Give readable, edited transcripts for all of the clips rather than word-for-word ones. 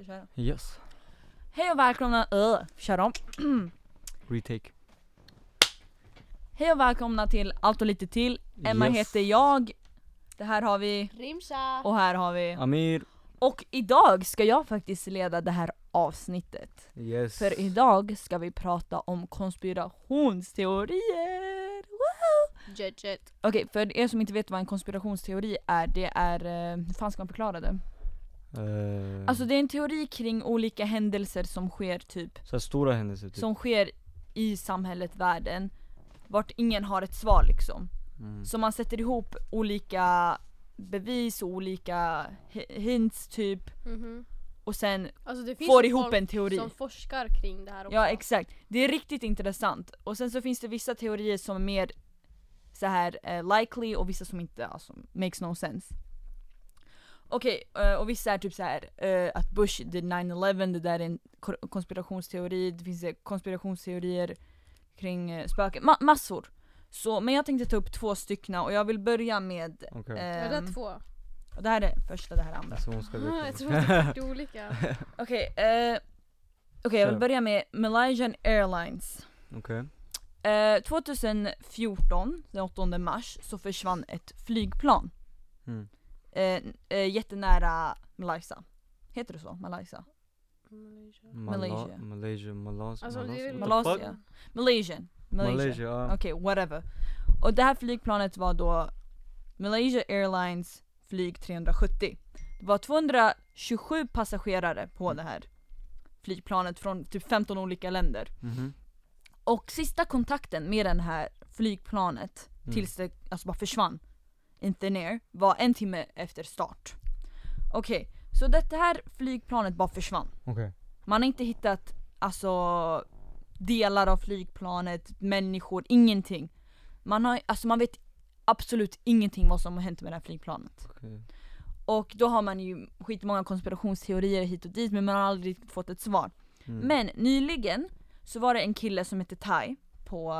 Ska köra. Yes. Hej och välkomna, kör om. Retake. Hej och välkomna till Allt och lite till. Emma Yes. heter jag. Det här har vi. Rimsa. Och här har vi. Amir. Och idag ska jag faktiskt leda det här avsnittet. Yes. För idag ska vi prata om konspirationsteorier. Jet. Okej, för er som inte vet vad en konspirationsteori är, det är, hur fan ska man förklara det? Alltså det är en teori kring olika händelser som sker typ. så här stora händelser typ. Som sker i samhället, världen. Vart ingen har ett svar liksom. Så man sätter ihop olika bevis och olika hints typ. Och sen Alltså det finns får ju ihop folk en teori. som forskar kring det här också. Ja, exakt. Det är riktigt intressant. Och sen så finns det vissa teorier som är mer så här likely och vissa som inte alltså, makes no sense. Okej, och vissa är typ så här att Bush did 9/11, det där är en konspirationsteori. Det finns konspirationsteorier kring spöken, massor. Så, men jag tänkte ta upp 2 stycken och jag vill börja med Okej. Är det 2? och det här är första, det här är andra. Så hon ska veta. Jag tror att det är 40 olika. Okej, jag vill börja med Malaysian Airlines. Okej. 2014, den 8 mars, så försvann ett flygplan. Jättenära Malaysia. Heter det så? Malaysia? Malaysia. Alltså, det är väl- Malaysia. Malaysia. ja. Okej, whatever. Och det här flygplanet var då Malaysia Airlines flyg 370. Det var 227 passagerare på det här flygplanet från typ 15 olika länder. Och sista kontakten med den här flygplanet tills det alltså bara försvann in thin air var 1 timme efter start. Okej, så det här flygplanet bara försvann. Okej. Man har inte hittat alltså delar av flygplanet, människor, ingenting. Man vet absolut ingenting vad som har hänt med det här flygplanet. Okej. Och då har man ju skitmånga konspirationsteorier hit och dit, men man har aldrig fått ett svar. Men nyligen så var det en kille som heter Ty på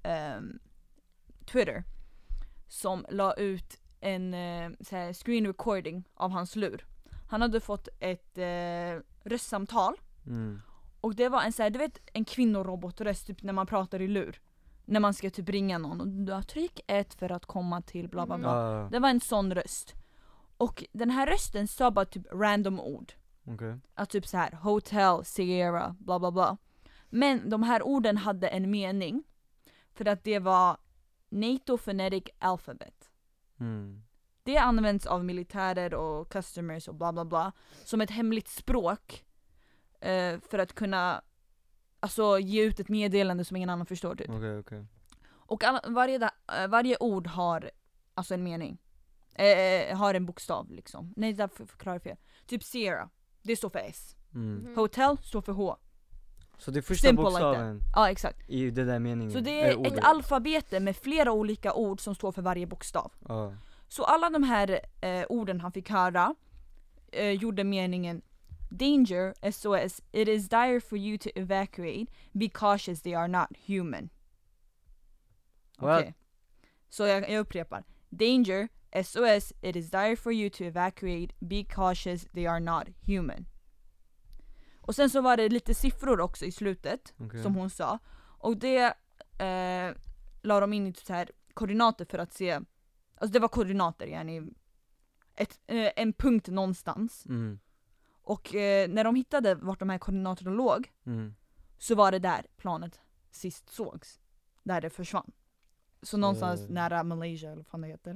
Twitter som la ut en så här screen recording av hans lur. Han hade fått ett röstsamtal. Och det var en så här, du vet en kvinnorobotröst typ när man pratar i lur. När man ska typ ringa någon och du har tryck 1 för att komma till bla bla bla. Det var en sån röst. Och den här rösten sa bara typ random ord. Okej. Att typ så här hotel, Sierra, bla bla bla. Men de här orden hade en mening. För att det var NATO Phonetic Alphabet. Det används av militärer och customers och bla bla bla. Som ett hemligt språk. För att kunna alltså ge ut ett meddelande som ingen annan förstår typ. Okej. Och varje ord har alltså en mening. Har en bokstav liksom. Nej, det förklarar fel. Typ Sierra, det står för S. Hotel står för H. Så det är första Simple bokstaven Ja, exakt. i det där meningen. Så det är ett alfabete med flera olika ord som står för varje bokstav. Så alla de här orden han fick höra gjorde meningen Danger, SOS, it is dire for you to evacuate. Be cautious, they are not human. Okej. Så jag upprepar. Danger, SOS, it is dire for you to evacuate. Be cautious, they are not human. Och sen så var det lite siffror också i slutet, som hon sa. Och det la de in i så här koordinater för att se. Alltså det var koordinater, yani en punkt någonstans. Och när de hittade vart de här koordinaterna låg, så var det där planet sist sågs. Där det försvann. Så någonstans nära Malaysia eller vad fan det heter.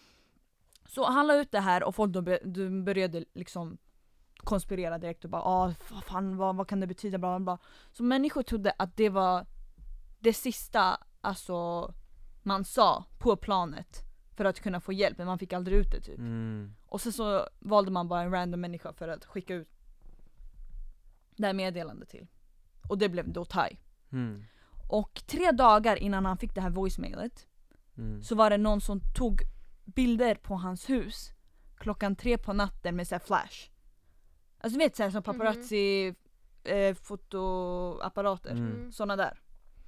Så han la ut det här och folk då började liksom konspirera direkt och bara vad kan det betyda, bla bla bla. Så människor trodde att det var det sista alltså man sa på planet för att kunna få hjälp, men man fick aldrig ut det typ. Och så valde man bara en random människa för att skicka ut det här meddelandet till. Och det blev då Ty. Och 3 dagar innan han fick det här voicemailet så var det någon som tog bilder på hans hus 3:00 på natten med så här flash. Alltså du vet så här som paparazzi fotoapparater, såna där.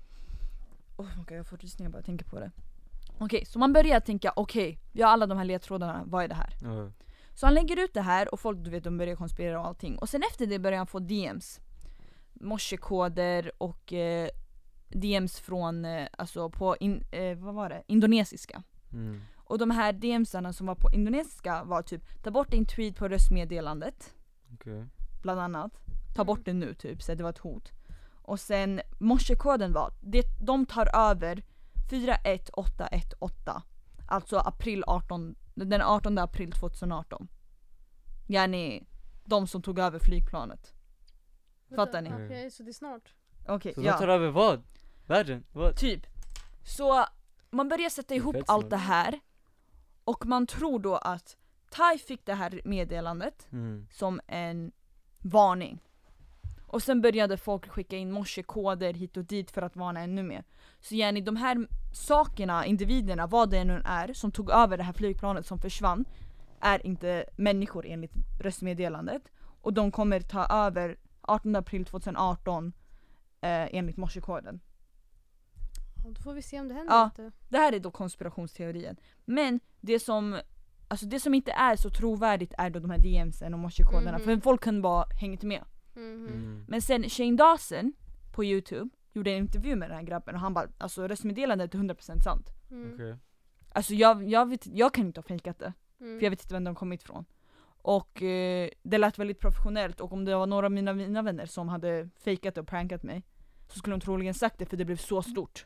Jag får rysningar bara jag tänker på det. Okej, så man börjar tänka, vi har alla de här ledtrådarna, vad är det här? Så han lägger ut det här och folk, du vet, de börjar konspirera och allting. Och sen efter det börjar han få DMs. Morsekoder och DMs från alltså på vad var det? Indonesiska. Och de här DMsarna som var på indonesiska var typ ta bort din tweet på röstmeddelandet. Bland annat. Ta bort det nu typ, så det var ett hot. Och sen morsekoden var de tar över 41818. Alltså den 18 april 2018. Yani de som tog över flygplanet. Fattar ni? Okej, så det är snart. Okej, Så ja. de tar över vad? Världen? Vad? Typ. Så man börjar sätta ihop allt det här. Och man tror då att Thai fick det här meddelandet som en varning. Och sen började folk skicka in morsekoder hit och dit för att varna ännu mer. Så gärna de här sakerna, individerna, vad det nu är som tog över det här flygplanet som försvann, är inte människor enligt röstmeddelandet. Och de kommer ta över 18 april 2018 enligt morsekoden. Då får vi se om det händer. Ja, det här är då konspirationsteorien. Men det som inte är så trovärdigt är då de här DMsen och morsekoderna. För folk kunde bara hängt med. Men sen Shane Dawson på YouTube gjorde en intervju med den här grabben och han bara, alltså röstmeddelandet är 100% sant. Alltså jag kan inte ha fejkat det. För jag vet inte vem de kommit ifrån. Och det lät väldigt professionellt, och om det var några av mina vänner som hade fejkat och prankat mig så skulle de troligen sagt det, för det blev så stort.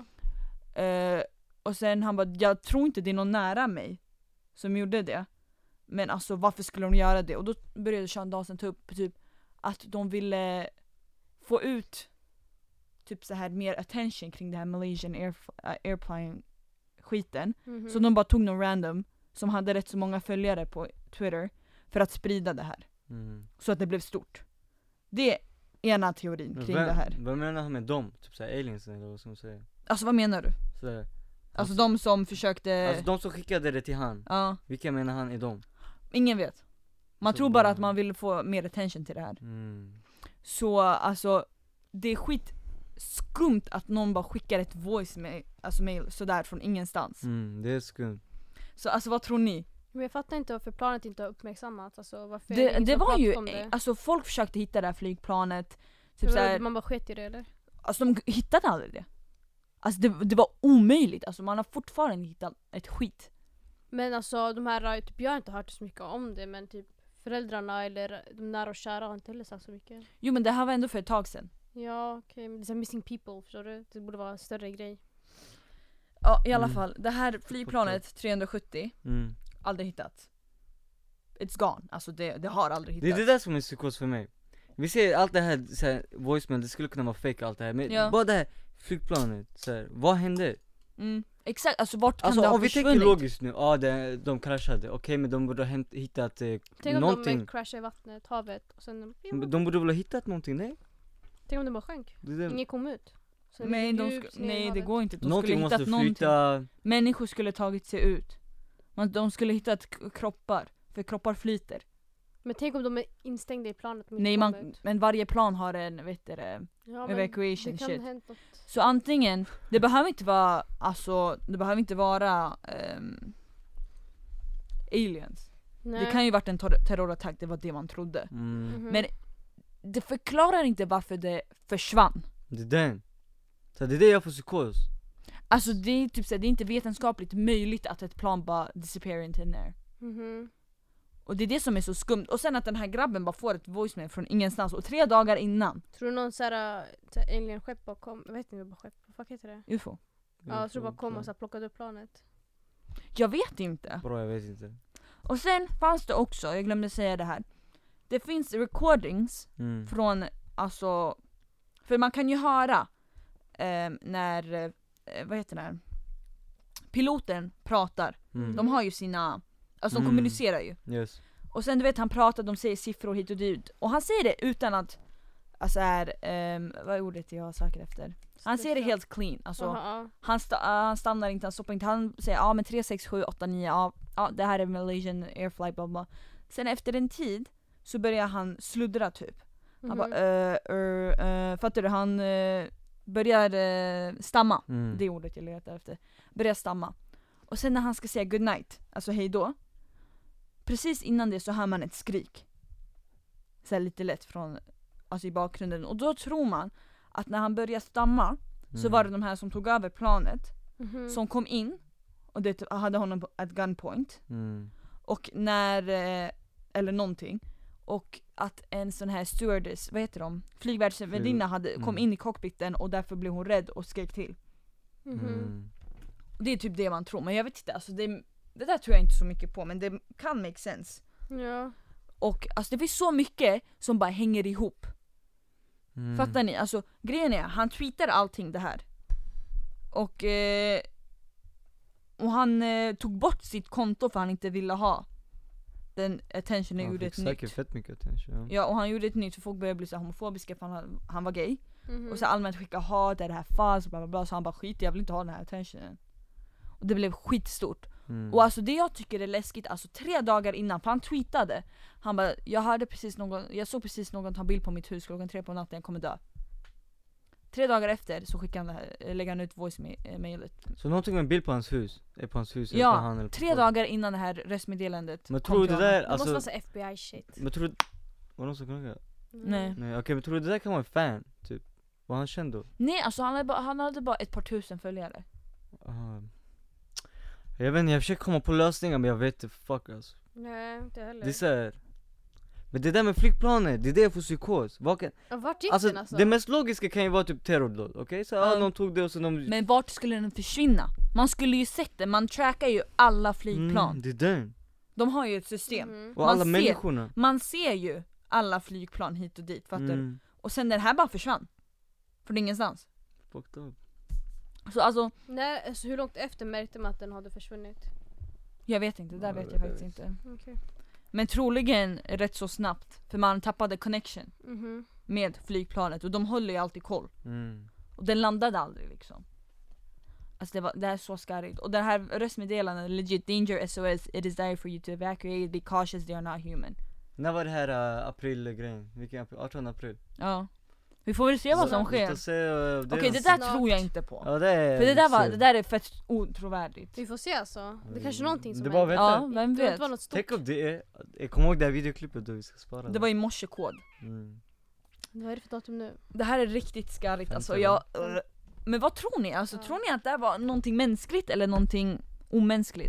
Och sen han bara, jag tror inte det är någon nära mig som gjorde det. Men alltså varför skulle de göra det? Och då började Sean Dawson ta upp typ att de ville få ut typ så här mer attention kring det här Malaysian airplane skiten. Så de bara tog någon random som hade rätt så många följare på Twitter för att sprida det här. Så att det blev stort. Det är ena teorin kring det här. Vad menar han med dem? Typ såhär aliens eller vad ska man säga? Alltså vad menar du? Såhär, alltså de som försökte... Alltså de som skickade det till han. Ja. Vilka menar han är de? Ingen vet. Man så tror bara att man vill få mer attention till det här. Så alltså det är skit skumt att någon bara skickar ett voice mail sådär från ingenstans. Det är skumt. Så alltså vad tror ni? Men jag fattar inte varför planet inte har uppmärksammats. Alltså, varför det var ju, det? alltså folk försökte hitta det här flygplanet. Typ såhär, man bara skett i det eller? Alltså de hittade aldrig det. Alltså det var omöjligt. Alltså man har fortfarande hittat ett skit. Men alltså de här, typ, jag har inte hört så mycket om det, men typ föräldrarna eller de nära och kära har inte heller sagt så mycket. Jo men det här var ändå för ett tag sedan. Ja okej, men det är så missing people, förstår du? Det borde vara en större grej. Ja i alla fall, det här flygplanet 370 aldrig hittat. It's gone, alltså det har aldrig hittats. Det är det där som är psykos för mig. Vi ser allt det här såhär, voicemail, det skulle kunna vara fake allt det här. Men bara det här flygplanet, såhär, vad hände? Exakt, alltså vart kan det ha om vi försvunnit? tänker logiskt nu, de kraschade, okej, men de borde ha hittat tänk någonting. om de kraschade i vattnet, havet och sen de borde väl ha hittat någonting, nej? Tänk om de bara sjönk, ingen kom ut. Nej, det går inte. De någonting skulle hittat någonting. Människor skulle tagit sig ut. De skulle hittat kroppar, för kroppar flyter. Men tänk om de är instängda i planet. Nej, men varje plan har en evacuation shit. Så antingen, det behöver inte vara aliens. Nej. Det kan ju varit en terrorattack, det var det man trodde. Men det förklarar inte varför det försvann. Det är den. Så det är det jag får psykos. Alltså det är typ så, det är inte vetenskapligt möjligt att ett plan bara disappear into thin air. Och det är det som är så skumt. Och sen att den här grabben bara får ett voicemail från ingenstans och 3 dagar innan. Tror du någon såhär alien-skepp bara kom? Jag vet inte vad skepp, vad heter det? UFO. Ja, jag tror bara kom och så plockade upp planet. Jag vet inte. Bra, jag vet inte. Och sen fanns det också, jag glömde säga det här. Det finns recordings från, alltså, för man kan ju höra när, vad heter det, piloten pratar. De har ju sina, alltså de kommunicerar ju. Yes. Och sen du vet han pratar, de säger siffror hit och dit. Och han säger det utan att, alltså vad är ordet jag söker efter? Han säger det helt clean, alltså han stannar inte, han stoppar inte, han säger men 3, 6, 7, 8, 9, ja det här är Malaysian airflight, bla bla. Sen efter en tid så börjar han sluddra typ. Han bara fattar du, han börjar stamma. Det är ordet jag letar efter. Börjar stamma. Och sen när han ska säga good night, alltså hej då, precis innan det så hör man ett skrik. Så här lite lätt från, alltså i bakgrunden. Och då tror man att när han började stamma så var det de här som tog över planet som kom in och det hade honom at gunpoint. Och när eller någonting, och att en sån här stewardess, vad heter de? Flygvärdsvärdinna kom in i cockpiten och därför blev hon rädd och skrek till. Det är typ det man tror, men jag vet inte, alltså det där tror jag inte så mycket på, men det kan make sense. Ja. Och alltså det finns så mycket som bara hänger ihop. Fattar ni? Alltså grejen är, han tweetar allting det här. Och han tog bort sitt konto för han inte ville ha den attentionen, gjorde ett nytt. Säkert fett mycket attention. Ja, och han gjorde ett nytt för folk började bli så homofobiska för han var gay. Och så allmänt skicka hat, är det här falskt, bla bla bla, så han bara skit, jag vill inte ha den här attentionen. Och det blev skitstort. Och alltså det jag tycker är läskigt, alltså 3 dagar innan, för han tweetade, han bara, jag såg precis någon ta bild på mitt hus klockan 3 på natten, jag kommer dö. 3 dagar efter så skickade han, lägger han ut voice-mailet. Så någonting med en bild på hans hus? Är på hans hus? Ja, eller på han, eller på 3 dagar innan det här röstmeddelandet. Men tror du det där, Det alltså, måste vara så FBI shit. men tror du, var någon som kunde? Nej. Nej, okej, men tror du det där kan vara en fan, typ? Var han känd då? Nej, alltså han hade bara ett par tusen följare. Jag vet inte, jag försöker komma på lösningar men jag vet inte, fuck alltså. Nej, inte heller. Det är så här. Men det där med flygplanet, det är det jag får psykos. Vart gick alltså, den alltså? det mest logiska kan ju vara typ terrordåd, okej? Så någon tog det och så Men vart skulle den försvinna? Man skulle ju sett det, man trackar ju alla flygplan. Det är den. De har ju ett system. Och alla människorna. Man ser ju alla flygplan hit och dit, fattar du? Och sen den här bara försvann. Från ingenstans. Fucked up. Så alltså, Nej, alltså hur långt efter märkte man att den hade försvunnit? jag vet inte, där vet jag faktiskt inte. Okay. Men troligen rätt så snabbt, för man tappade connection med flygplanet och de håller ju alltid koll. Och den landade aldrig liksom. Alltså det är så skarrigt. Och det här röstmeddelandet, legit danger SOS, it is dire for you to evacuate, be cautious, they are not human. När var det här aprilgrejen? Vilken april? 18 april? Ja. Vi får väl se vad som sker. Okej, det där tror jag inte på. Ja, det är, för det där är fett otrovärdigt. Vi får se alltså. Det är kanske någonting som det bara händer. Ja, vem vet. Det något stort. Tänk om det är, jag kommer ihåg det här videoklippet då vi ska spara det var i morsekod. Vad är det för datum nu? Det här är riktigt skarrigt alltså. Men vad tror ni? Alltså, tror ni att det här var någonting mänskligt eller någonting omänskligt?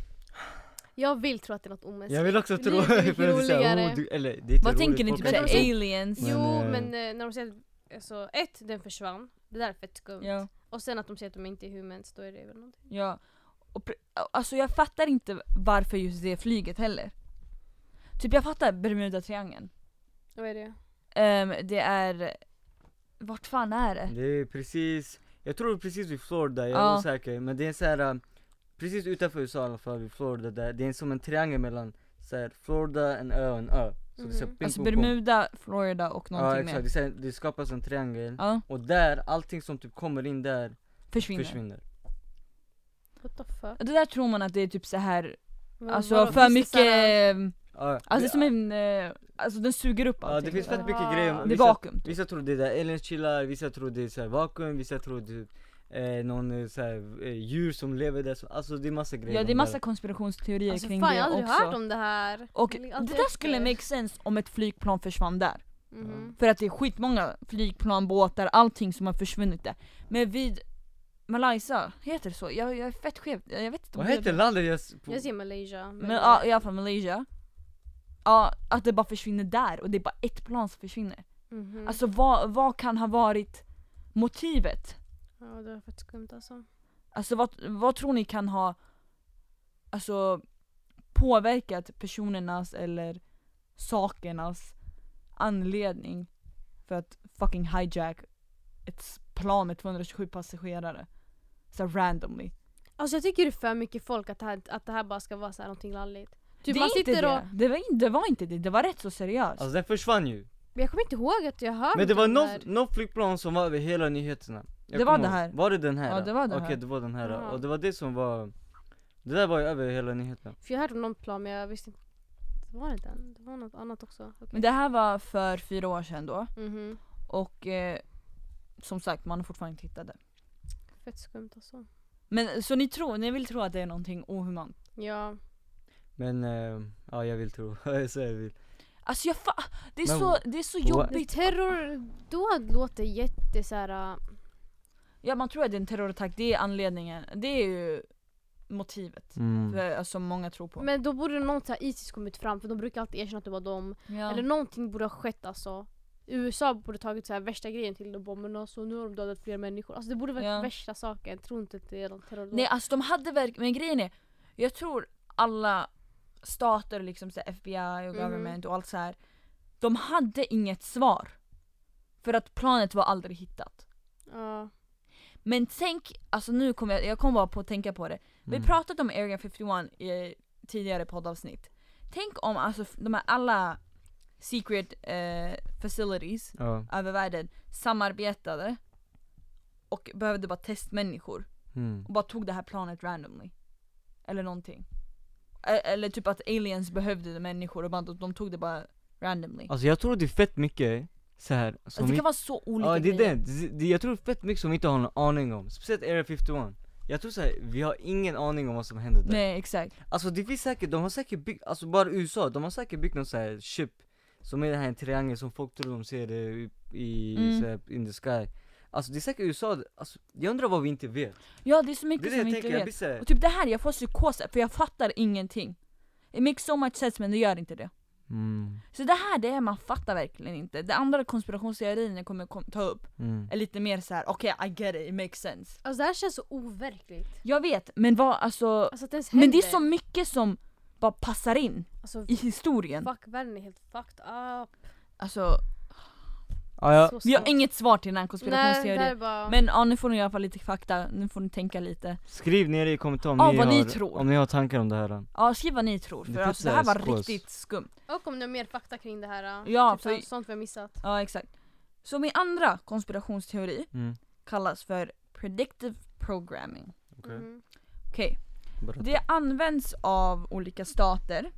Jag vill tro att det är något omänskligt. Jag vill också tro roligare. Vad tänker ni? Typ såhär aliens? Jo, men när de säger alltså, den försvann. Det där är fett skumt. Ja. Och sen att de säger att de inte är humans, då är det väl någonting. Ja. Och alltså jag fattar inte varför just det flyget heller. Typ jag fattar Bermuda-triangeln. Vad är det? Det är... Vart fan är det? Det är precis, jag tror precis vid Florida, jag är osäker. Men det är så här, precis utanför USA i alla fall, vid Florida där. Det är som en triangel mellan så här, Florida, en ö och en ö. Så det är så ping, alltså Bermuda, Florida och någonting exakt. mer. Ja, det skapas en triangel. Och där, allting som typ kommer in där försvinner. What the fuck? Det där tror man att det är typ så här, alltså för mycket... Alltså som en, alltså den suger upp allting. Ja, det finns fett mycket grejer. Det är vakuum. Vissa tror det är där aliens chillar, vissa tror det är så här vakuum, vissa tror det är någon så här, djur som lever där. Alltså det är massa grejer. Ja, det är massa konspirationsteorier alltså, kring fan, det också. Jag har aldrig hört om det här. Och det där skulle make sense om ett flygplan försvann där. För att det är skitmånga flygplan, båtar, allting som har försvunnit där. Men vid Malaysia, heter det så? Jag är fett skev, jag vet inte. Vad heter landet? Jag säger Malaysia. Men ja, i alla fall Malaysia. Ja, att det bara försvinner där och det är bara ett plan som försvinner. Alltså vad kan ha varit motivet? Ja, det är fett skumt alltså. Alltså vad tror ni kan ha alltså påverkat personernas eller sakernas anledning för att fucking hijack ett plan med 227 passagerare så randomly? Alltså jag tycker det är för mycket folk att det här bara ska vara så här någonting lalligt. Typ det man är inte sitter det. Det var inte det. Det var rätt så seriöst. Alltså den försvann ju. Men jag kommer inte ihåg att jag hörde. Men det var något flygplan som var över hela nyheterna. Det var det här. Var det den här? Ja, det var det här. Okej, det var den här. Och det var det som var. Det där var ju över hela nyheterna. För jag hörde om någon plan men jag visste inte. Det var inte den. Det var något annat också. Okay. Men det här var för 4 år sedan då. Och som sagt, man har fortfarande inte hittat det. Fett skumt alltså. Men så ni vill tro att det är någonting ohumant? Ja. Men ja, jag vill tro. Så jag vill. Alltså det är så What? jobbigt. Terror, då låter jätte så här. Ja, man tror att det är en terrorattack, det är anledningen. Det är ju motivet. För, alltså, många tror på. Men då borde någon så här ISIS kommit fram, för de brukar alltid erkänna att det var dem. Ja. Eller någonting borde ha skett alltså. USA borde tagit så här värsta grejen till de bomberna, så nu har de dödat fler människor. Alltså det borde vara värsta saken. Jag tror inte att det är någon terror. Nej, alltså de hade men grejen är, jag tror alla stater liksom så här, FBI och government och allt så här, de hade inget svar. För att planet var aldrig hittat. Ja. Men tänk, alltså nu kommer jag kommer bara på att tänka på det. Vi pratat om Area 51 i tidigare poddavsnitt. Tänk om alltså de här alla secret facilities över världen samarbetade och behövde bara testmänniskor och bara tog det här planet randomly eller någonting, eller typ att aliens behövde människor och bara, de tog det bara randomly. Alltså jag tror det är fett mycket så här, alltså, det kan vara så olika grejer. Jag tror fett mycket som vi inte har någon aning om. Speciellt Area 51. Jag tror så här, vi har ingen aning om vad som händer där. Nej, exakt. Alltså det finns säkert, de har säkert byggt, alltså bara USA, de har säkert byggt någon så här ship som är den här triangeln som folk tror de ser det i så här, in the sky. Alltså det är säkert USA, alltså, jag undrar vad vi inte vet. Ja, det är så mycket som vi inte vet. Och typ det här, jag får psykos för jag fattar ingenting. It makes so much sense, men det gör inte det. Så det här, det är man fattar verkligen inte. Det andra konspirationsteorin jag kommer ta upp är lite mer så här: okej, I get it, it makes sense. Alltså det här känns så overkligt. Jag vet, men vad, alltså men det är så mycket som bara passar in i historien. Fuck, världen är helt fucked up. Alltså vi har inget svar till den här konspirationsteorin. Men nu får ni i alla fall lite fakta. Nu får ni tänka lite. Skriv ner i kommentarer vad ni tror. Om ni har tankar om det här. Ja, skriv vad ni tror. För alltså, det här var riktigt skumt. Och om ni har mer fakta kring det här. Ja, typ för sånt vi har missat. Ja, exakt. Så min andra konspirationsteori kallas för predictive programming. Okej. Det används av olika stater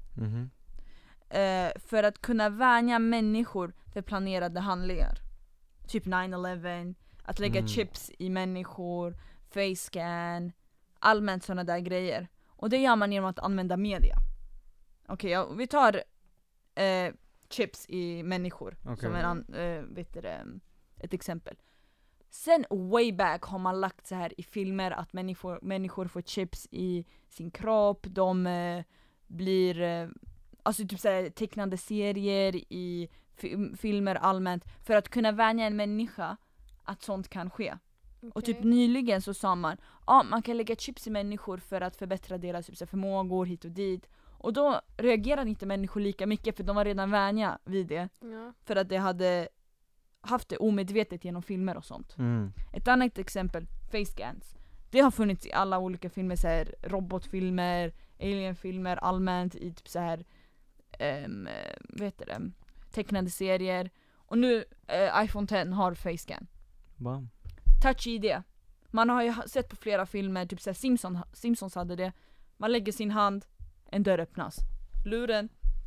för att kunna vänja människor för planerade handlingar. Typ 9/11, att lägga chips i människor, face scan, allmänt sådana där grejer. Och det gör man genom att använda media. Okej, vi tar chips i människor som ett exempel. Sen way back har man lagt så här i filmer att människor får chips i sin kropp, de blir alltså typ så här tecknade serier i filmer allmänt för att kunna vänja en människa att sånt kan ske. Och typ nyligen så sa man man kan lägga chips i människor för att förbättra deras typ, så här, förmågor hit och dit. Och då reagerade inte människor lika mycket för de var redan vänja vid det. För att de hade haft det omedvetet genom filmer och sånt. Ett annat exempel, face scans. Det har funnits i alla olika filmer, så här, robotfilmer, alienfilmer, allmänt i typ så här tecknade serier. Och nu iPhone 10 har face scan. Wow. Touch ID. Man har ju sett på flera filmer, typ så här Simpsons hade det. Man lägger sin hand, en dörr öppnas. Luren.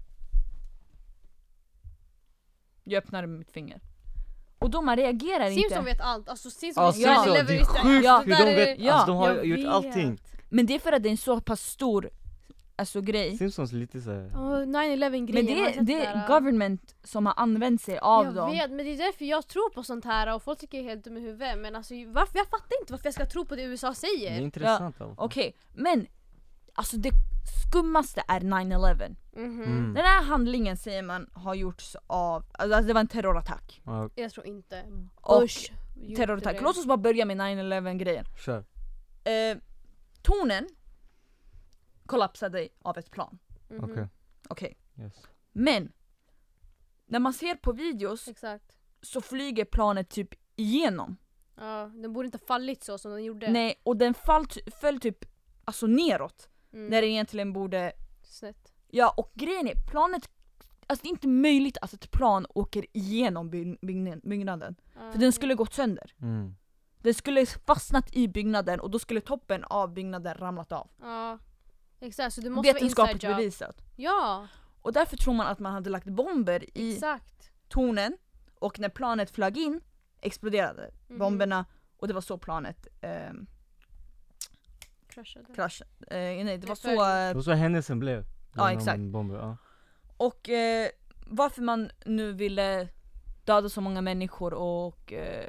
Jag öppnar med mitt finger. Och då man reagerar inte. Simpsons vet allt. Alltså Simpsons det är sjukt hur de vet. Alltså de har gjort allting. Men det är för att det är en så pass stor grej. Simpsons lite så här. 9/11 grejen. Men det är government som har använt sig av dem. Jag vet, men det är därför jag tror på sånt här och folk tycker jag är helt dum i huvudet. Men alltså jag fattar inte varför jag ska tro på det USA säger. Det är intressant. Okej, men alltså det skummaste är 9/11. Den här handlingen säger man har gjorts av, alltså det var en terrorattack. Jag tror inte. Bush terrorattack. Låt oss bara börja med 9/11 grejen. Kör. Tornen kollapsade av ett plan. Okej. Yes. Men när man ser på videos så flyger planet typ igenom. Ja, den borde inte fallit så som den gjorde. Nej, och den föll typ alltså neråt. När det egentligen borde snett. Ja, och grejen är planet, alltså det är inte möjligt att ett plan åker igenom byggnaden. För den skulle gått sönder. Den skulle fastnat i byggnaden och då skulle toppen av byggnaden ramlat av. Ja. Exakt, så det måste vetenskapligt bevisat. Ja. Och därför tror man att man hade lagt bomber i tornen, och när planet flög in exploderade bomberna, och det var så planet kraschade. Nej, det var så händelsen blev. Ja, exakt. Bomber, ja. Och varför man nu ville döda så många människor och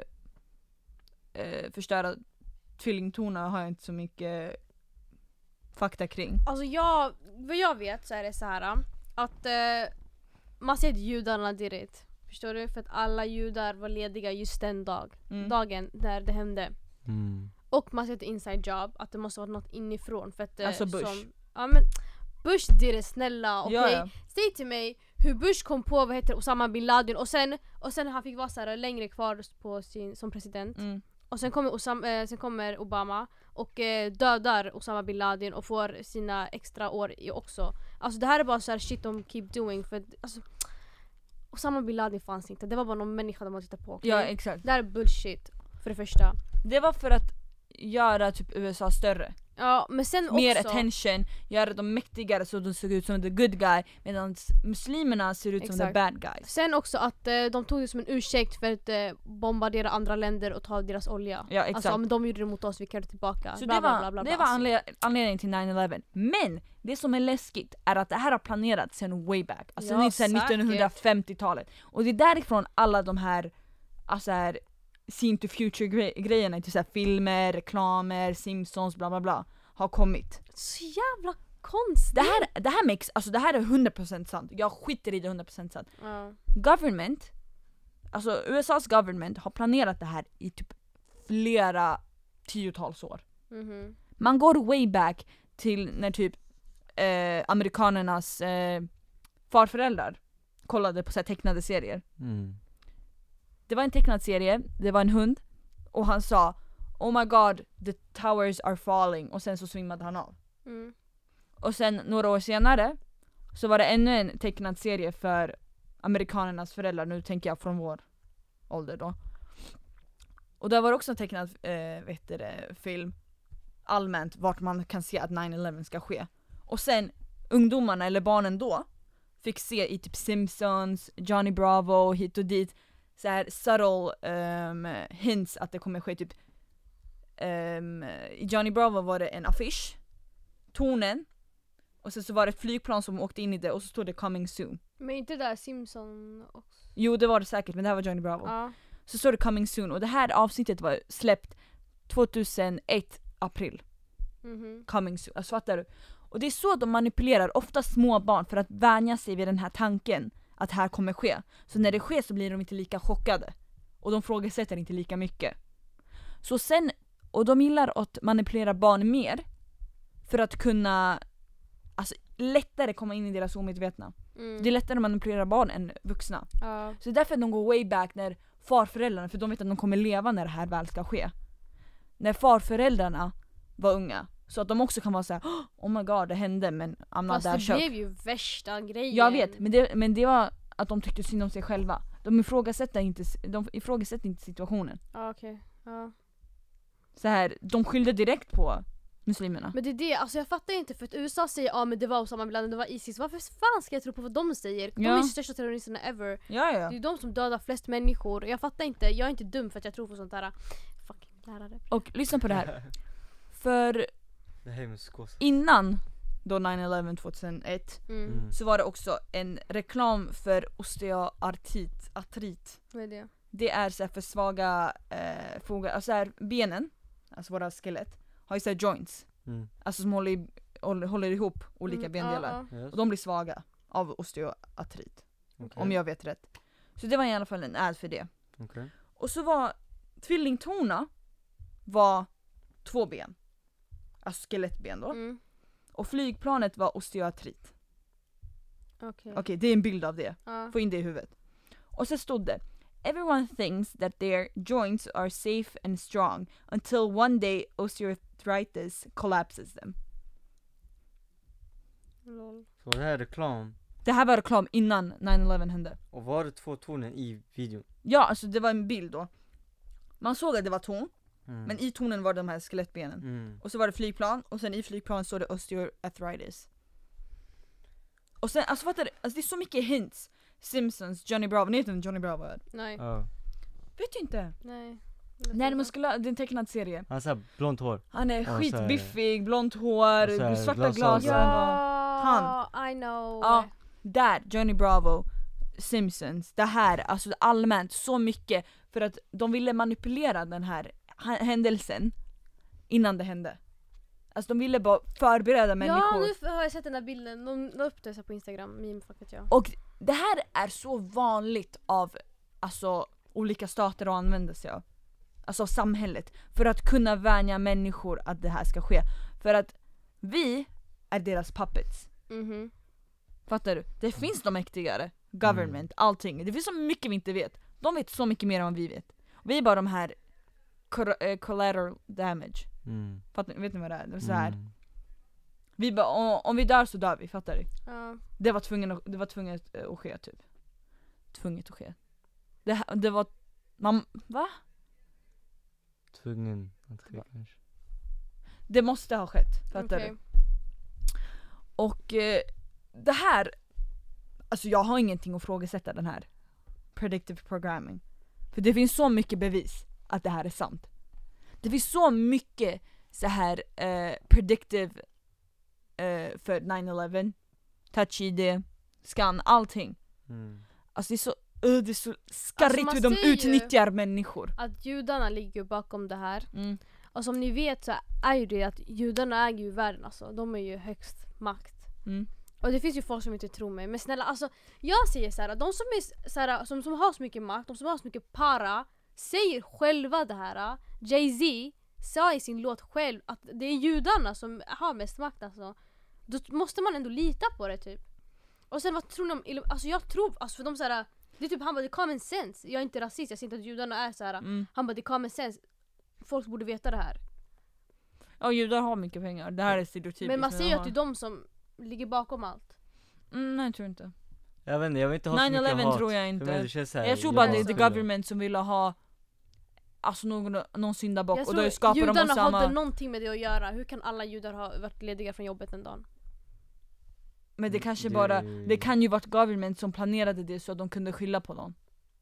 förstöra tvillingtorna har jag inte så mycket fakta kring. Alltså vad jag vet så är det så här att man ser att judarna direkt. Förstår du? För att alla judar var lediga just den dagen när det hände. Och man ser ett inside job, att det måste vara något inifrån. För att, alltså Bush. Ja men Bush det snälla, okej? Ja. Säg till mig hur Bush kom på Osama bin Laden och sen han fick vara så här längre kvar på som president. Och sen kommer Obama och dödar Osama bin Laden och får sina extra år också. Alltså det här är bara så här shit de keep doing för att, alltså, Osama bin Laden fanns inte. Det var bara någon människa de måste titta på. Okay? Ja, exakt. Det här är bullshit för det första. Det var för att göra typ USA större. Ja, men sen mer också attention, göra dem mäktigare så de såg ut som the good guy, medan muslimerna ser ut som the bad guys. Sen också att de tog det som en ursäkt för att bombardera andra länder och ta deras olja. Ja, exakt. Alltså, men de gjorde det mot oss, vi kan det tillbaka. Så bla, det var, bla, bla, bla, det var anledningen till 9/11. Men det som är läskigt är att det här har planerats sen way back. Alltså ja, sen 1950-talet. Och det är därifrån alla de här, alltså här seen to future grejerna, till så här filmer, reklamer, Simpsons, bla bla bla, har kommit. Så jävla konstigt. Det här makes, alltså det här är 100% sant. Jag skiter i det 100% sant. Government, alltså USAs government har planerat det här i typ flera tiotals år. Man går way back till när typ amerikanernas farföräldrar kollade på så här tecknade serier. Det var en tecknad serie, det var en hund och han sa oh my god, the towers are falling, och sen så svimmade han av. Och sen några år senare så var det ännu en tecknad serie för amerikanernas föräldrar, nu tänker jag från vår ålder då. Och där var också en tecknad film allmänt vart man kan se att 9/11 ska ske. Och sen ungdomarna eller barnen då fick se i typ Simpsons, Johnny Bravo, hit och dit så här subtle hints att det kommer ske typ i Johnny Bravo var det en affisch, tornen, och sen så var det ett flygplan som åkte in i det och så stod det coming soon. Men inte där Simpson också? Jo, det var det säkert, men det här var Johnny Bravo. Så stod det coming soon, och det här avsnittet var släppt 2001 april. Coming soon, alltså fattar du? Och det är så de manipulerar ofta små barn för att vänja sig vid den här tanken att här kommer ske. Så när det sker så blir de inte lika chockade. Och de frågasätter inte lika mycket. Så sen, och de gillar att manipulera barn mer för att kunna alltså lättare komma in i deras omedvetna. Det är lättare att manipulera barn än vuxna. Så det är därför de går way back när farföräldrarna, för de vet att de kommer leva när det här väl ska ske. När farföräldrarna var unga, så att de också kan vara så här: oh my god, det hände, men I'm not that shocked. Fast det blev ju värsta grejen. Jag vet, men det var att de tyckte synd om sig själva. De ifrågasätter inte situationen. Okej. Så här, de skyllde direkt på muslimerna. Men det är det, alltså jag fattar inte, för att USA säger men det var Osama bin Laden, det var ISIS. Varför fan ska jag tro på vad de säger? De är ju största terroristerna ever. Ja. Det är ju de som dödar flest människor. Jag fattar inte, jag är inte dum för att jag tror på sånt där. Fucking lärare. Och lyssna på det här. För innan då 9/11 2001 så var det också en reklam för osteoartrit. Vad är det? Det är så här för svaga fogar, alltså här, benen, alltså våra skelett har ju så här joints. Alltså som håller ihop olika bendelar. Och de blir svaga av osteoartrit. Om jag vet rätt. Så det var i alla fall en ad för det. Och så var tvillingtorna var 2 ben. Alltså skelettben då. Och flygplanet var osteoartrit. Okej, det är en bild av det. Få in det i huvudet. Och så stod det: everyone thinks that their joints are safe and strong until one day osteoarthritis collapses them. Så det här är reklam? Det här var reklam innan 9/11 hände. Och var det 2 tornen i videon? Ja, alltså det var en bild då. Man såg att det var torn, men i tornen var de här skelettbenen. Och så var det flygplan, och sen i flygplan stod det osteoarthritis. Och sen, alltså fattar du? Alltså det är så mycket hints. Simpsons, Johnny Bravo, ni vet inte Johnny Bravo är? Nej. Vet du inte? Nej. Nej, det är en tecknad serie. Han har såhär blont hår. Han är Och skitbiffig, blont hår, och så här svarta glasögon. glasögon. Ja, I know. Ja, där, Johnny Bravo, Simpsons, det här, alltså allmänt så mycket för att de ville manipulera den här händelsen innan det hände. Alltså de ville bara förbereda människor. Ja, nu har jag sett den där bilden. De la upp det så på Instagram, meme fuck vet jag. Och det här är så vanligt av alltså olika stater att använda sig av. Alltså av samhället. För att kunna vänja människor att det här ska ske. För att vi är deras puppets. Mhm. Fattar du? Det finns de mäktigare. Government, allting. Det finns så mycket vi inte vet. De vet så mycket mer än vad vi vet. Vi är bara de här collateral damage. Fattar, vet ni vad det är? Det är så här. Vi bara, om vi dör så dör vi, fattar du? Ja. Det var tvunget att ske typ. Tvunget att ske. Det var va? Tvungen att ske kanske. Det måste ha skett, fattar Okej. du? Och det här, alltså jag har ingenting att frågasätta den här predictive programming. För det finns så mycket bevis att det här är sant. Det finns så mycket så här predictive för 9/11, Touch ID, scan, allting. Alltså det är så skarrigt Alltså, man hur de ser ju utnyttjar människor. Att judarna ligger bakom det här. Mm. Och som ni vet så är ju det att judarna äger ju världen alltså. De är ju högst makt. Mm. Och det finns ju folk som inte tror mig. Men snälla alltså, jag säger så här, de som är så här, som har så mycket makt, de som har så mycket para, säger själva det här. Jay-Z sa i sin låt själv att det är judarna som har mest makt alltså. Då måste man ändå lita på det typ. Och sen vad tror de, alltså jag tror, alltså för de så här, det är typ, han bara det är common sense. Jag är inte rasist, jag säger inte att judarna är så här. Han bara det är common sense. Folk borde veta det här. Ja, judar har mycket pengar. Det här är stereotypiskt. Men man säger ju att det är de som ligger bakom allt. Nej, jag tror inte. Jag vet inte, jag vill inte ha så mycket 9/11 hat. tror jag För inte. mig det känns så här, Jag tror bara det är the skulle- government som ville ha alltså någon syndabock. Jag Och tror då skapar de judarna samma. hade någonting med det att göra. Hur kan alla judar ha varit lediga från jobbet en dag? Men det kanske bara, det kan ju vara ett government som planerade det så att de kunde skylla på någon.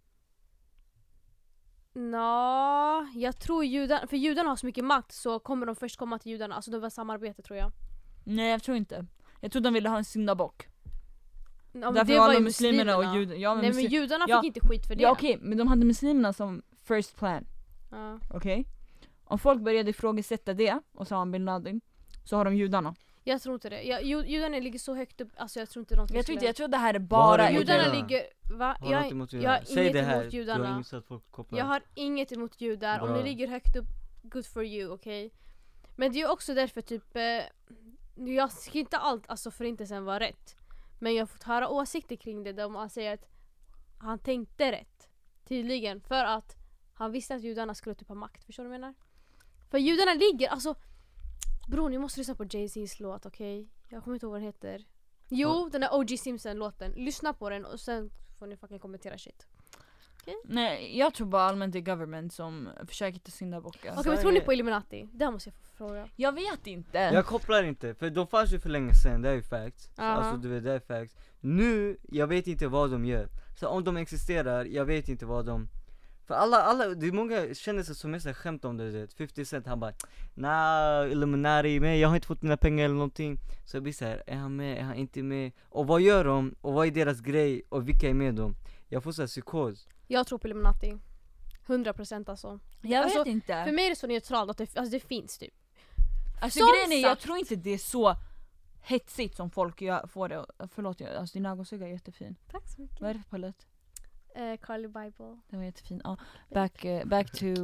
Nå, jag tror judarna, för judarna har så mycket makt så kommer de först komma till judarna. Alltså det var samarbete tror jag. Nej, jag tror inte. Jag tror de ville ha en syndabock. Ja, men Därför det var var ju de muslimerna och judarna. Ja, Nej men judarna ja. fick inte skit för det. Ja okej, men de hade muslimerna som first plan. Ja. Okej? Om folk började ifrågasätta det och sa bin Laden, så har de judarna. Jag tror inte det. Judarna ligger så högt upp, alltså jag tror inte de Jag tror det här är Vad bara har du emot Judarna judarna? ligger, va? Har du något emot Jag judarna? har Säg inget det här, emot du har judarna. inget så att folk kopplar. Jag har inget emot judar. Om Bra. ni ligger högt upp, good for you, okej? Men det är ju också därför typ jag ska inte allt alltså förintelsen var rätt. Men jag har fått höra åsikter kring det där man säger att han tänkte rätt. Tydligen. För att han visste att judarna skulle typ ha makt. Förstår du vad jag menar? För judarna ligger, alltså bror ni måste lyssna på Jay-Z's låt, okej? Jag kommer inte ihåg vad den heter. Jo, den är O.J. Simpson-låten. Lyssna på den och sen får ni fucking kommentera shit. Nej, jag tror bara allmänt det är government som försöker ta syndabocka. Okej, men tror ni på Illuminati? Det här måste jag få fråga. Jag vet inte. Jag kopplar inte, för de fanns ju för länge sedan, det är ju facts. Så, Aha. alltså du vet, det är facts. Nu, jag vet inte vad de gör. Så om de existerar, jag vet inte vad de... För alla, det är många kändisar som är så här skämt om det, du vet. 50 Cent, han bara nah, Illuminati, men jag har inte fått mina pengar eller någonting. Så jag blir så här, är han med, är han inte med? Och vad gör de? Och vad är deras grej? Och vilka är med dem? Jag får så här psykos. Jag tror på Illuminati. 100% alltså. Jag Alltså, vet inte. För mig är det så neutralt att det, alltså det finns typ. Alltså Som grejen är, jag sagt. tror inte det är så hetsigt som folk får det. Förlåt, alltså din ögonsugga är jättefin. Tack så mycket. Vad är det för palett? Carly Bible. Den var jättefin. Ja, back to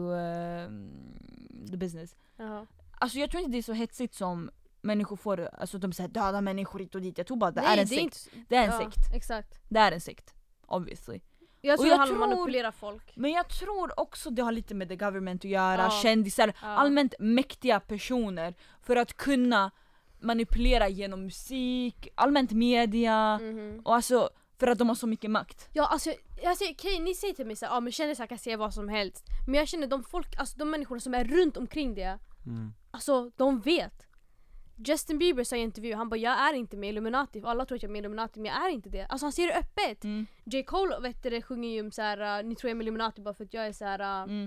the business. Jaha. Alltså jag tror inte det är så hetsigt som människor får det. Alltså de säger döda människor hit och dit. Jag tror bara det är en sekt. inte, Det är en ja, sekt. Exakt. Det är en sekt. Obviously. Jag tror jag han tror- manipulerar folk. Men jag tror också det har lite med the government att göra. Ja. Kändisar, Ja. allmänt mäktiga personer. För att kunna manipulera genom musik, allmänt media. Mhm. Och alltså för att de har så mycket makt. Ja alltså, jag säger, okej, ni säger till mig såhär, ja men kändisar kan säga vad som helst. Men jag känner de folk, alltså de människorna som är runt omkring det, alltså de vet. Justin Bieber sa i en intervju, han bara jag är inte med Illuminati. Alla tror att jag är med Illuminati, men jag är inte det. Alltså han säger det öppet. J. Cole vet du, det sjunger ju om såhär, ni tror jag är med Illuminati bara för att jag är såhär.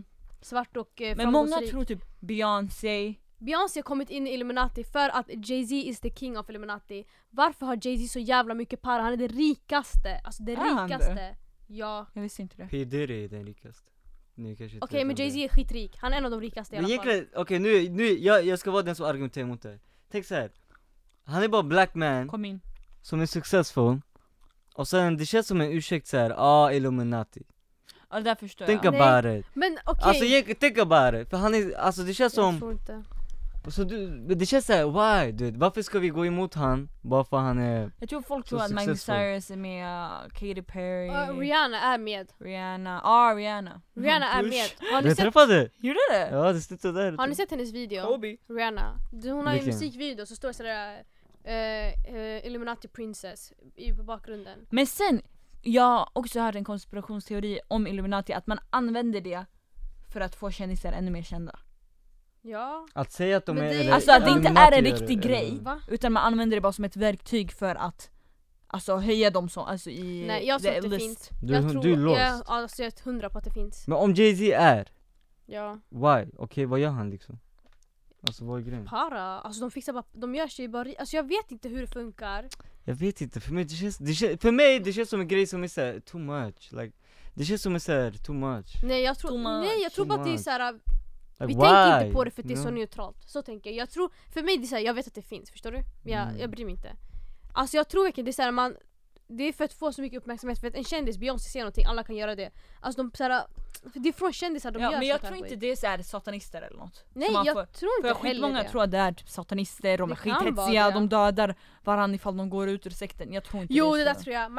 svart och Men många tror typ Beyoncé har kommit in i Illuminati för att Jay-Z is the king of Illuminati. Varför har Jay-Z så jävla mycket para? Han är det rikaste. Alltså det rikaste. Ja. Jag visste inte det. P. Diddy är den rikaste. Okej, men Jay-Z är skitrik. Han är en av de rikaste i alla fall. Okej, nu jag ska vara den som argumenterar mot det. Tänk så här. Han är bara black man. Kom in. Som är successful. Och sen det känns som en ursäkt så här. Illuminati. Ja, det där förstår Think jag. about it. Men okej. Alltså think about it. För han är, alltså det känns Jag som tror inte. så det känns såhär, why dude? Varför ska vi gå emot han? Bara för han är... Jag tror folk så tror att Miley successful. Cyrus är med, Katy Perry, Rihanna är med. Rihanna. Rihanna är med. Har ni Du sett, träffade? Gjorde det? Ja, det stod där. har ni sett hennes video? Kobe. Rihanna. Hon har en Vilken? musikvideo så står det sådär Illuminati Princess på bakgrunden. Men sen, jag också hörde en konspirationsteori om Illuminati, att man använder det för att få kändisar ännu mer kända. Ja. Att säga att de Men är... det- eller- Alltså att det inte är en Illuminati riktig eller- grej, Va? utan man använder det bara som ett verktyg för att alltså höja dem som, alltså i Nej, jag tror the att det list. finns. Du Jag tror, är lost. Ja, alltså jag är 100 på att det finns. Men om Jay-Z är, Ja. why? Okej, vad gör han liksom? Alltså vad är grejen? Para. Alltså de fixar bara, de gör sig bara, alltså jag vet inte hur det funkar. Jag vet inte, för mig för mig det känns som en grej som är såhär, too much. Like, det känns som en såhär, too much. Nej jag Too tror, much. nej, jag tror Too bara att det är much. såhär. Like, Vi why? tänker inte på det för att det är så No. neutralt. Så tänker jag. Jag tror, för mig det är såhär, jag vet att det finns, förstår du? Mm. Jag bryr mig inte. Alltså jag tror verkligen det är såhär, man, det är för att få så mycket uppmärksamhet. För att en kändis, Beyoncé säger någonting, alla kan göra det. Alltså de såhär, för det är från kändisar de Ja, gör men jag sånt här tror inte skit. det är så här satanister eller något. Nej Så man jag får, tror för inte heller skitmånga det. tror att det är typ satanister, de är Det kan vara skithetsiga, det. de dödar varandra ifall de går ut ur sekten. Jag tror inte Jo det det är där så. tror jag.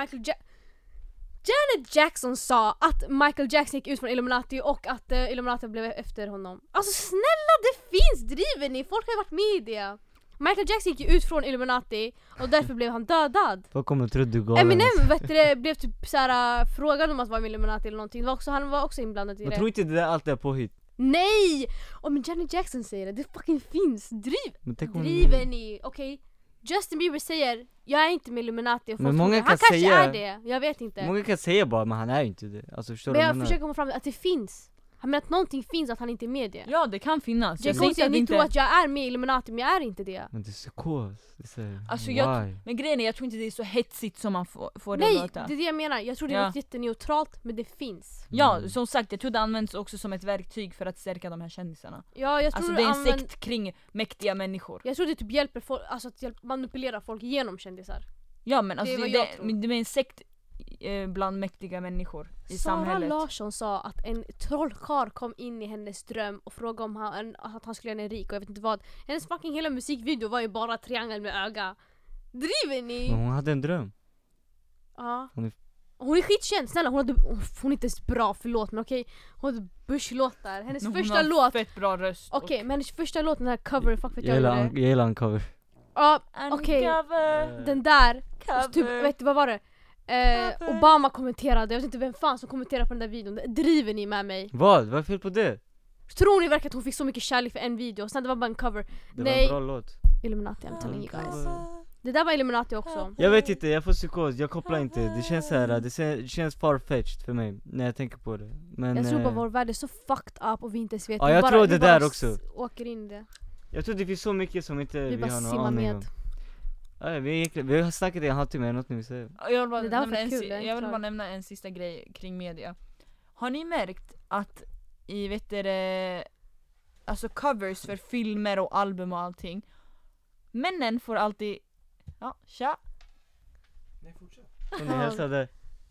Janet Jackson sa att Michael Jackson gick ut från Illuminati och att Illuminati blev efter honom. Alltså snälla det finns, driver ni? Folk har ju varit med i det. Michael Jackson gick ju ut från Illuminati och därför blev han dödad. Vad kommer tro du galen? Eminem vet du, det blev typ såhär frågad om att vara med i Illuminati eller någonting. Det var också, han var också inblandad i Man det. tror inte det där allt är påhitt. Nej! Men Janet Jackson säger det, det fucking finns. Men tänk om- Driver ni? Okej. Justin Bieber säger jag är inte med Illuminati och Men folk många tror det. kan Han kanske säga- är det, jag vet inte. Många kan säga bara, men han är ju inte det. Alltså förstår Men du vad jag menar? försöker komma fram till att det finns. Han menar att någonting finns, att han inte är med det. Ja, det kan finnas. Jag Jag säger inte säger att ni det tror inte... att jag är med i Illuminati men jag är inte det. Men det är psykos. Det är så här, Alltså, why? Men grejen är, jag tror inte det är så hetsigt som man får det Nej, att låta. det är det jag menar. Jag tror det Ja. är jätteneutralt men det finns. Ja, Mm. som sagt, jag tror det används också som ett verktyg för att stärka de här kändisarna. Ja, jag tror Alltså det är en använd- sekt kring mäktiga människor. Jag tror det typ hjälper folk, alltså att manipulera folk genom kändisar. Ja, men alltså Det är det, vad jag tror. det är en sekt bland mäktiga människor i Sara samhället. Larsson sa att en trollkarl kom in i hennes dröm och frågade om att han skulle göra henne rik och jag vet inte vad. Hennes fucking hela musikvideo var ju bara triangel med öga. Driver ni? Men hon hade en dröm. Ja. Hon är- Hon är skitkänd, snälla hon är inte ens bra, förlåt men okej. Hon hade Bush-låtar. Hennes Men första hon har låt. fett bra röst. Okej, men hennes första låt, den här cover, fuck vet Jag jag gillar hur en- det jag gillar en cover. Ja, Och okej. cover, den där. cover. Typ, vet du vad var det? Cover. Obama kommenterade, jag vet inte vem fan som kommenterade på den där videon. Driver ni med mig? Vad? Vad är fel på det? Tror ni verkligen att hon fick så mycket kärlek för en video? Sen det var bara en cover. Det Nej. var en bra låt. Illuminati, I'm telling you Cover. guys. Det där var Illuminati också. Jag vet inte, jag får psykos, jag kopplar inte. Det känns så här, det känns farfetched för mig när jag tänker på det. Men Jag tror bara vår värld är så fucked up och vi inte ens vet. Ja, Vi jag bara, tror vi det bara där också. Åker in i det. jag tror det finns så mycket som inte Vi vi bara har någon simmar aning med. om. Ja, vi har snackat i en halvtimme, något ni vill säga. Jag vill bara, Det där var nämna fett en, kul, jag är inte jag vill klar. bara nämna en sista grej kring media. Har ni märkt att i vet du, alltså covers för filmer och album och allting, männen får alltid, ja, tja. Får ni hälsa där?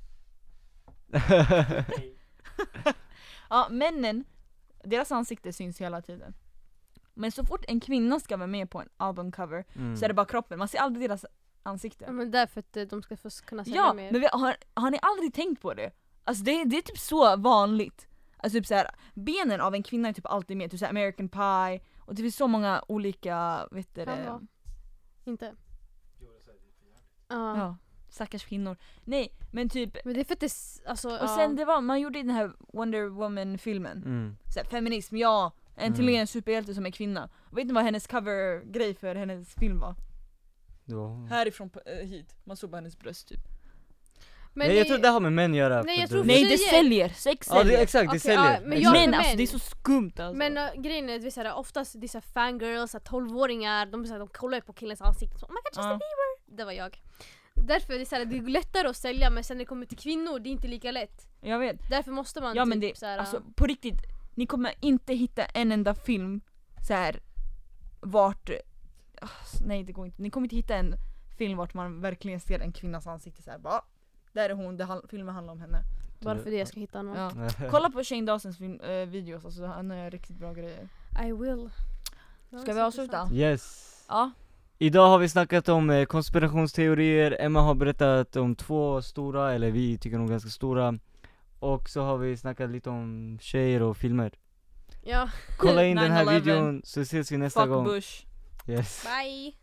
Ja, männen, deras ansikte syns hela tiden. Men så fort en kvinna ska vara med på en albumcover Mm. så är det bara kroppen, man ser aldrig deras ansikte. Ja, men därför att de ska få kunna sälja Ja, mer. men har ni aldrig tänkt på det? Alltså det är typ så vanligt. Alltså typ såhär, benen av en kvinna är typ alltid med, typ såhär American Pie, och det finns så många olika, vet du Kan det? vara. Inte. Ja. Ja, stackars kvinnor. Nej, men typ, Men det är för att det alltså, och sen det var, man gjorde den här Wonder Woman-filmen. Mm. Såhär, feminism, ja, äntligen en superhjälte som är kvinna. Och vet ni vad hennes cover-grej för hennes film var? Det var hon. Härifrån hit, man såg bara hennes bröst typ. Men Nej jag tror det har med män att göra. Nej, jag för tror det- Nej det tjejer- säljer, sex Ja det, säljer. exakt, det Okej, säljer. ja, men Exakt. jag- Men alltså män. det är så skumt alltså. Men grejen är att oftast dessa fangirls, 12-åringar, de kollar på killens ansikte så, oh my god, Justin Bieber! Det var jag. Därför är det, det är lättare att sälja, men sen när det kommer till kvinnor, det är inte lika lätt. Jag vet. Därför måste man Ja typ men det, såhär, alltså på riktigt, ni kommer inte hitta en enda film så här vart, nej det går inte. Ni kommer inte hitta en film vart man verkligen ser en kvinnas ansikte så här, bara, där är hon, filmen handlar om henne. bara för det jag ska hitta någon. Ja. Kolla på Shane Dawsons videos, alltså han har riktigt bra grejer. I will. Ska vi avsluta? Yes. Ja. Idag har vi snackat om konspirationsteorier, Emma har berättat om 2 stora, eller vi tycker de är ganska stora. Och så har vi snackat lite om tjejer och filmer. Ja, Kolla in den här 9/11. videon så ses vi nästa Fuck gång. Bush. Yes. bye!